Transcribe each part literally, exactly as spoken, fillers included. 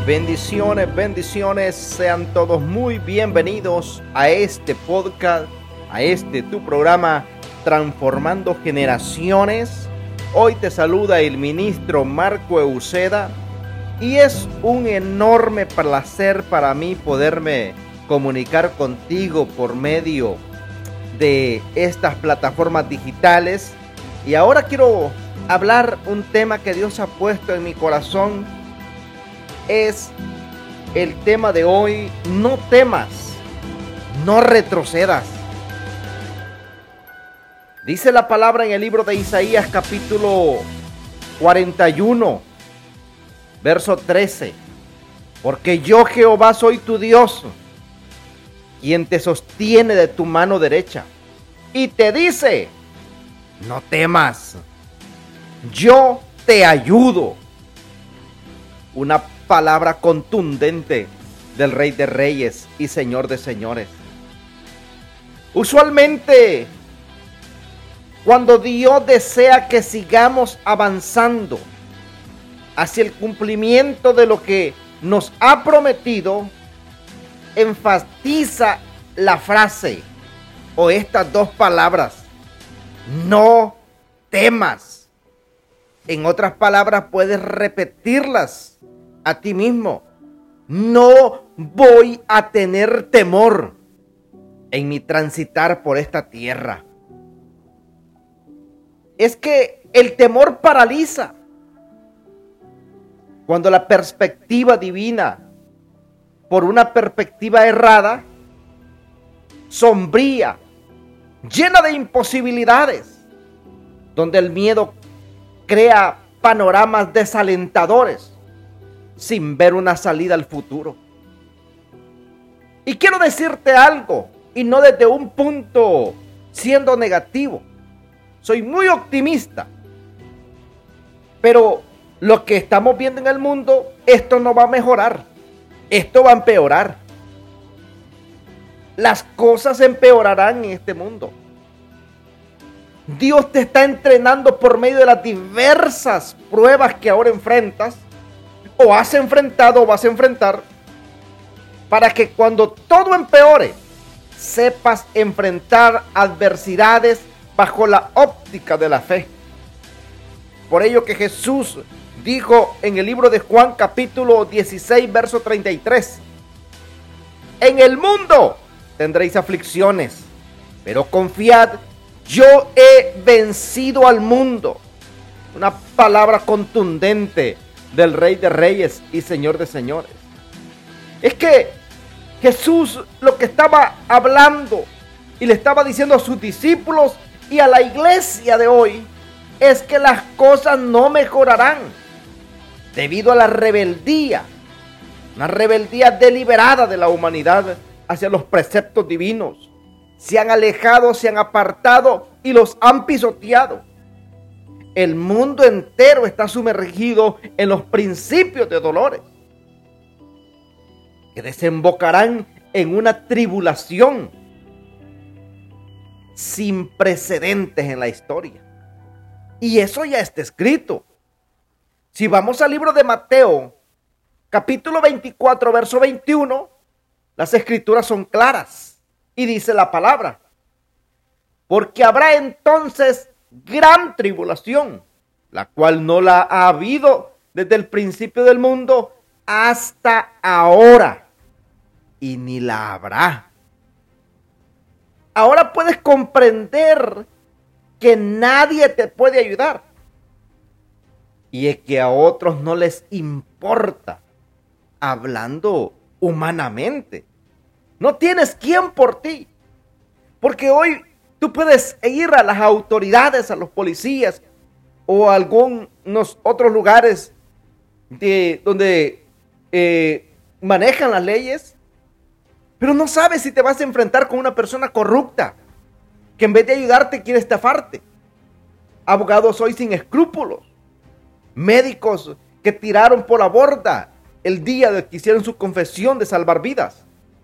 Bendiciones, bendiciones, sean todos muy bienvenidos a este podcast, a este tu programa Transformando Generaciones. Hoy te saluda el ministro Marco Euseda y es un enorme placer para mí poderme comunicar contigo por medio de estas plataformas digitales. Y ahora quiero hablar un tema que Dios ha puesto en mi corazón. Es el tema de hoy: no temas, no retrocedas. Dice la palabra en el libro de Isaías capítulo cuarenta y uno, verso trece: porque yo Jehová soy tu Dios, quien te sostiene de tu mano derecha, y te dice: no temas, yo te ayudo. Una palabra contundente del Rey de Reyes y Señor de Señores. Usualmente, cuando Dios desea que sigamos avanzando hacia el cumplimiento de lo que nos ha prometido, enfatiza la frase o estas dos palabras: no temas. En otras palabras, puedes repetirlas a ti mismo: no voy a tener temor en mi transitar por esta tierra. Es que el temor paraliza, cuando la perspectiva divina, por una perspectiva errada, sombría, llena de imposibilidades, donde el miedo crea panoramas desalentadores sin ver una salida al futuro. Y quiero decirte algo, y no desde un punto siendo negativo. Soy muy optimista, pero lo que estamos viendo en el mundo, esto no va a mejorar, esto va a empeorar. Las cosas empeorarán en este mundo. Dios te está entrenando por medio de las diversas pruebas que ahora enfrentas, o has enfrentado o vas a enfrentar, para que cuando todo empeore, sepas enfrentar adversidades bajo la óptica de la fe. Por ello que Jesús dijo en el libro de Juan capítulo dieciséis, verso treinta y tres: en el mundo tendréis aflicciones, pero confiad, yo he vencido al mundo. Una palabra contundente del Rey de Reyes y Señor de Señores. Es que Jesús lo que estaba hablando y le estaba diciendo a sus discípulos y a la iglesia de hoy es que las cosas no mejorarán debido a la rebeldía, una rebeldía deliberada de la humanidad hacia los preceptos divinos. Se han alejado, se han apartado y los han pisoteado. El mundo entero está sumergido en los principios de dolores que desembocarán en una tribulación sin precedentes en la historia. Y eso ya está escrito. Si vamos al libro de Mateo, capítulo veinticuatro, verso veintiuno, las escrituras son claras y dice la palabra: porque habrá entonces gran tribulación, la cual no la ha habido desde el principio del mundo hasta ahora, y ni la habrá. Ahora puedes comprender que nadie te puede ayudar y es que a otros no les importa, hablando humanamente. No tienes quien por ti, porque hoy tú puedes ir a las autoridades, a los policías o a algunos otros lugares de, donde eh, manejan las leyes, pero no sabes si te vas a enfrentar con una persona corrupta que en vez de ayudarte quiere estafarte. Abogados hoy sin escrúpulos, médicos que tiraron por la borda el día de que hicieron su confesión de salvar vidas.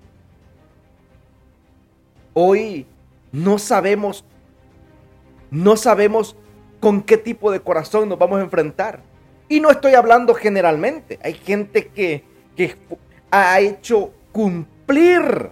Hoy no sabemos, no sabemos con qué tipo de corazón nos vamos a enfrentar. Y no estoy hablando generalmente. Hay gente que, que ha hecho cumplir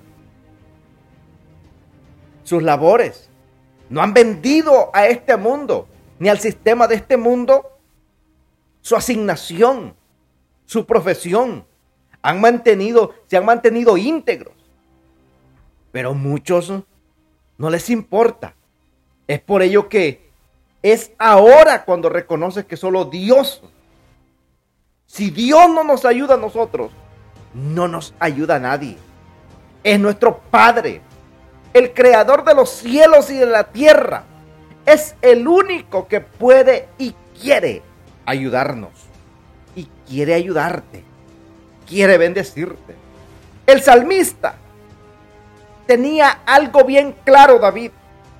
sus labores. No han vendido a este mundo, ni al sistema de este mundo, su asignación, su profesión. Han mantenido, se han mantenido íntegros. Pero muchos no les importa. Es por ello que es ahora cuando reconoces que solo Dios, si Dios no nos ayuda a nosotros, no nos ayuda a nadie. Es nuestro Padre, el creador de los cielos y de la tierra. Es el único que puede y quiere ayudarnos. Y quiere ayudarte. Quiere bendecirte. El salmista tenía algo bien claro, David,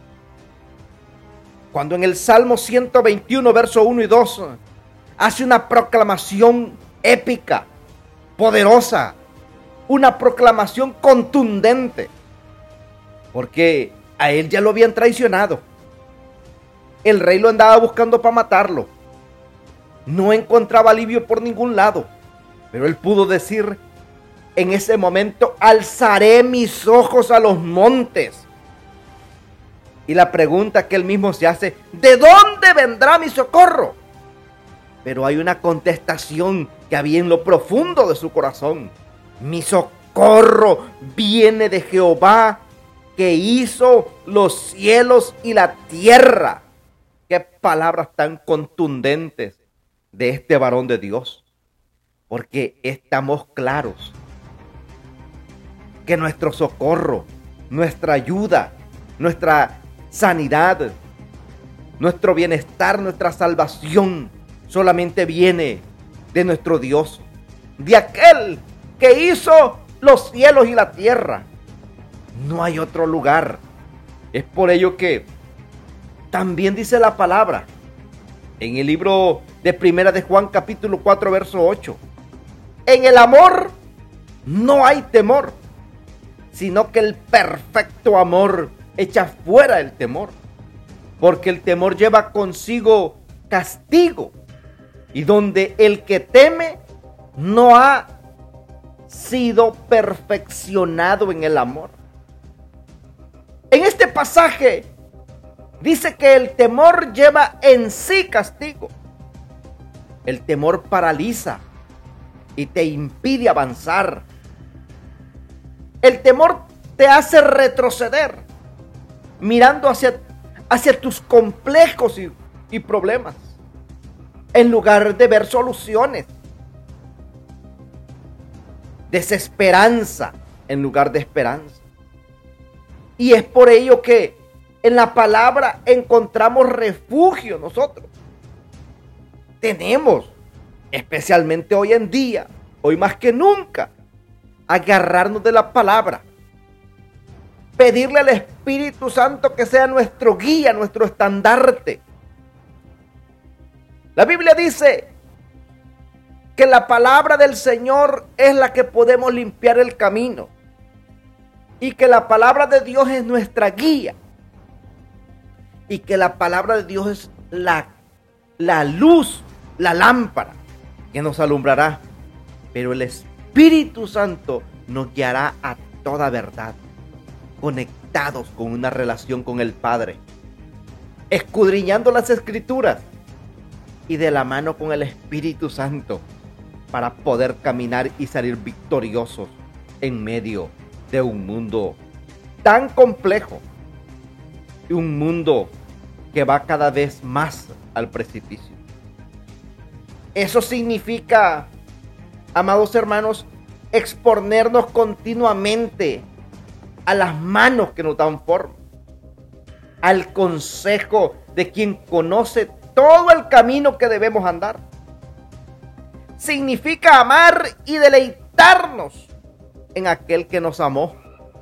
cuando en el Salmo ciento veintiuno, verso uno y dos, hace una proclamación épica, poderosa, una proclamación contundente, porque a él ya lo habían traicionado. El rey lo andaba buscando para matarlo. No encontraba alivio por ningún lado, pero él pudo decir en ese momento: alzaré mis ojos a los montes. Y la pregunta que él mismo se hace: ¿de dónde vendrá mi socorro? Pero hay una contestación que había en lo profundo de su corazón: mi socorro viene de Jehová, que hizo los cielos y la tierra. Qué palabras tan contundentes de este varón de Dios, porque estamos claros que nuestro socorro, nuestra ayuda, nuestra sanidad, nuestro bienestar, nuestra salvación solamente viene de nuestro Dios, de aquel que hizo los cielos y la tierra. No hay otro lugar. Es por ello que también dice la palabra en el libro de Primera de Juan, capítulo cuatro, verso ocho: en el amor no hay temor, sino que el perfecto amor echa fuera el temor, porque el temor lleva consigo castigo, y donde el que teme no ha sido perfeccionado en el amor. En este pasaje dice que el temor lleva en sí castigo. El temor paraliza y te impide avanzar. El temor te hace retroceder, mirando hacia, hacia tus complejos y, y problemas, en lugar de ver soluciones. Desesperanza en lugar de esperanza. Y es por ello que en la palabra encontramos refugio nosotros. Tenemos, especialmente hoy en día, hoy más que nunca, agarrarnos de la palabra. Pedirle al Espíritu Santo que sea nuestro guía, nuestro estandarte. La Biblia dice que la palabra del Señor es la que podemos limpiar el camino. Y que la palabra de Dios es nuestra guía. Y que la palabra de Dios es la, la luz, la lámpara que nos alumbrará. Pero el Espíritu Santo nos guiará a toda verdad, conectados con una relación con el Padre, escudriñando las Escrituras y de la mano con el Espíritu Santo para poder caminar y salir victoriosos en medio de un mundo tan complejo y un mundo que va cada vez más al precipicio. Eso significa, amados hermanos, exponernos continuamente a las manos que nos dan forma, al consejo de quien conoce todo el camino que debemos andar. Significa amar y deleitarnos en aquel que nos amó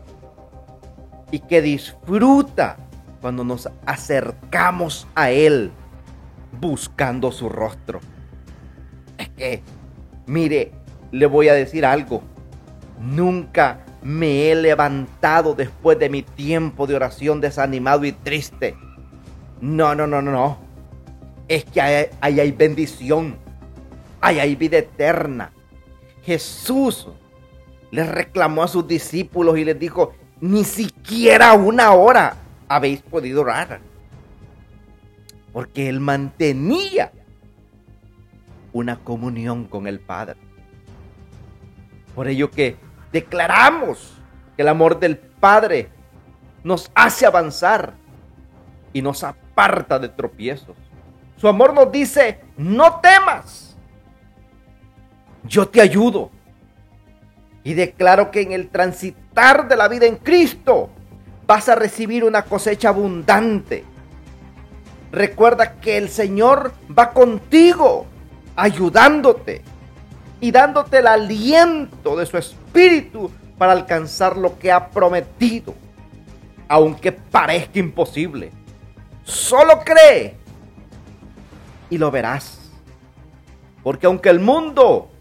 y que disfruta cuando nos acercamos a Él buscando su rostro. Es que, mire, le voy a decir algo. Nunca me he levantado después de mi tiempo de oración desanimado y triste. No, no, no, no, no. Es que ahí hay, hay bendición. Ahí hay vida eterna. Jesús les reclamó a sus discípulos y les dijo: ni siquiera una hora habéis podido orar. Porque Él mantenía una comunión con el Padre. Por ello que declaramos que el amor del Padre nos hace avanzar y nos aparta de tropiezos. Su amor nos dice: no temas, yo te ayudo. Y declaro que en el transitar de la vida en Cristo vas a recibir una cosecha abundante. Recuerda que el Señor va contigo, ayudándote y dándote el aliento de su Espíritu para alcanzar lo que ha prometido, aunque parezca imposible. Solo cree y lo verás. Porque aunque el mundo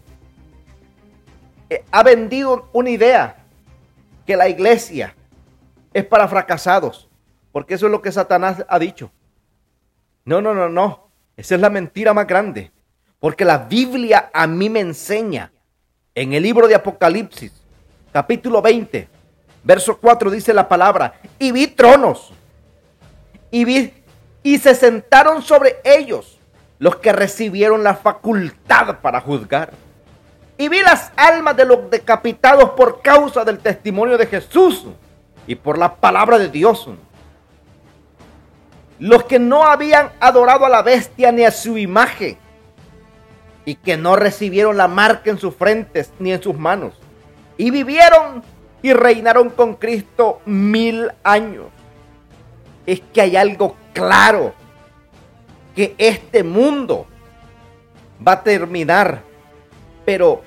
ha vendido una idea que la iglesia es para fracasados, porque eso es lo que Satanás ha dicho. No, no, no, no. Esa es la mentira más grande. Porque la Biblia a mí me enseña en el libro de Apocalipsis, capítulo veinte, verso cuatro, dice la palabra: y vi tronos, y vi, y se sentaron sobre ellos los que recibieron la facultad para juzgar. Y vi las almas de los decapitados por causa del testimonio de Jesús y por la palabra de Dios. Los que no habían adorado a la bestia ni a su imagen, y que no recibieron la marca en sus frentes ni en sus manos, y vivieron y reinaron con Cristo mil años. Es que hay algo claro, que este mundo va a terminar, pero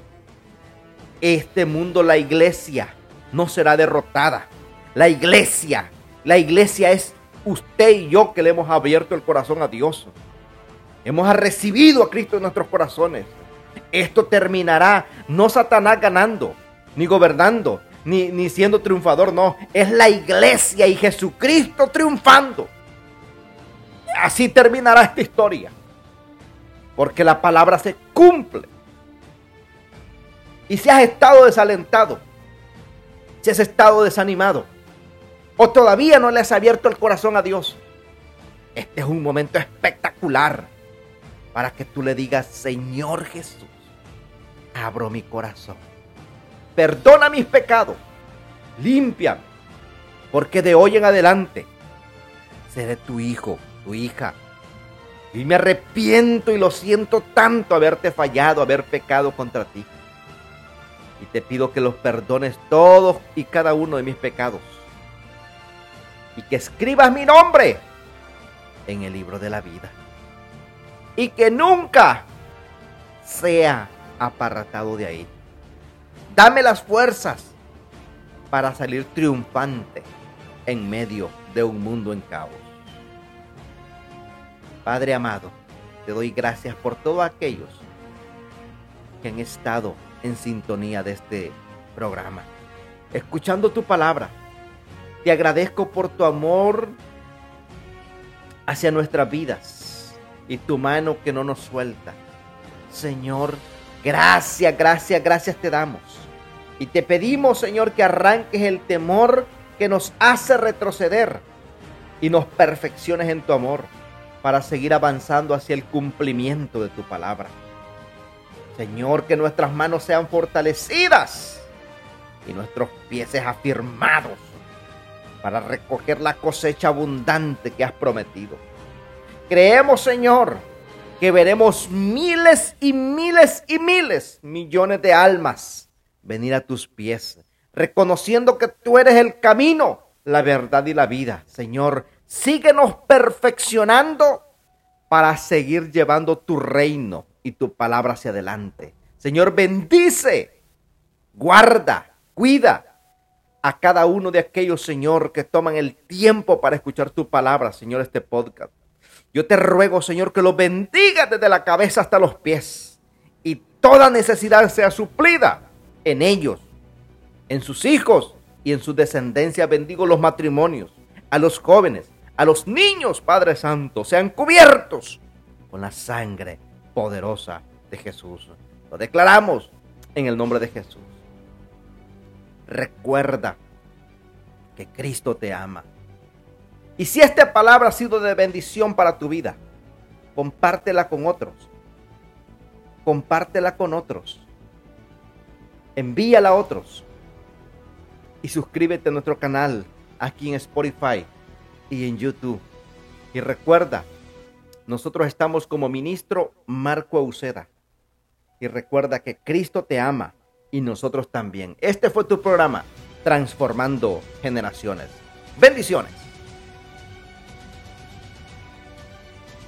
este mundo, la iglesia, no será derrotada. La iglesia, la iglesia es usted y yo que le hemos abierto el corazón a Dios. Hemos recibido a Cristo en nuestros corazones. Esto terminará, no Satanás ganando, ni gobernando, ni, ni siendo triunfador, no. Es la iglesia y Jesucristo triunfando. Así terminará esta historia. Porque la palabra se cumple. Y si has estado desalentado, si has estado desanimado, o todavía no le has abierto el corazón a Dios, este es un momento espectacular para que tú le digas: Señor Jesús, abro mi corazón, perdona mis pecados, límpiame, porque de hoy en adelante seré tu hijo, tu hija, y me arrepiento y lo siento tanto haberte fallado, haber pecado contra ti, y te pido que los perdones todos y cada uno de mis pecados, y que escribas mi nombre en el libro de la vida, y que nunca sea apartado de ahí. Dame las fuerzas para salir triunfante en medio de un mundo en caos. Padre amado, te doy gracias por todos aquellos que han estado en sintonía de este programa, escuchando tu palabra. Te agradezco por tu amor hacia nuestras vidas y tu mano que no nos suelta. Señor, gracias, gracias, gracias te damos. Y te pedimos, Señor, que arranques el temor que nos hace retroceder y nos perfecciones en tu amor para seguir avanzando hacia el cumplimiento de tu palabra. Señor, que nuestras manos sean fortalecidas y nuestros pies afirmados para recoger la cosecha abundante que has prometido. Creemos, Señor, que veremos miles y miles y miles, millones de almas venir a tus pies, reconociendo que tú eres el camino, la verdad y la vida. Señor, síguenos perfeccionando para seguir llevando tu reino y tu palabra hacia adelante. Señor, bendice, guarda, cuida a cada uno de aquellos, Señor, que toman el tiempo para escuchar tu palabra, Señor, este podcast. Yo te ruego, Señor, que los bendiga desde la cabeza hasta los pies y toda necesidad sea suplida en ellos, en sus hijos y en su descendencia. Bendigo los matrimonios, a los jóvenes, a los niños, Padre Santo, sean cubiertos con la sangre poderosa de Jesús. Lo declaramos en el nombre de Jesús. Recuerda que Cristo te ama. Y si esta palabra ha sido de bendición para tu vida, compártela con otros. Compártela con otros. Envíala a otros. Y suscríbete a nuestro canal aquí en Spotify y en YouTube. Y recuerda, nosotros estamos como ministro Marco Uceda. Y recuerda que Cristo te ama y nosotros también. Este fue tu programa, Transformando Generaciones. Bendiciones.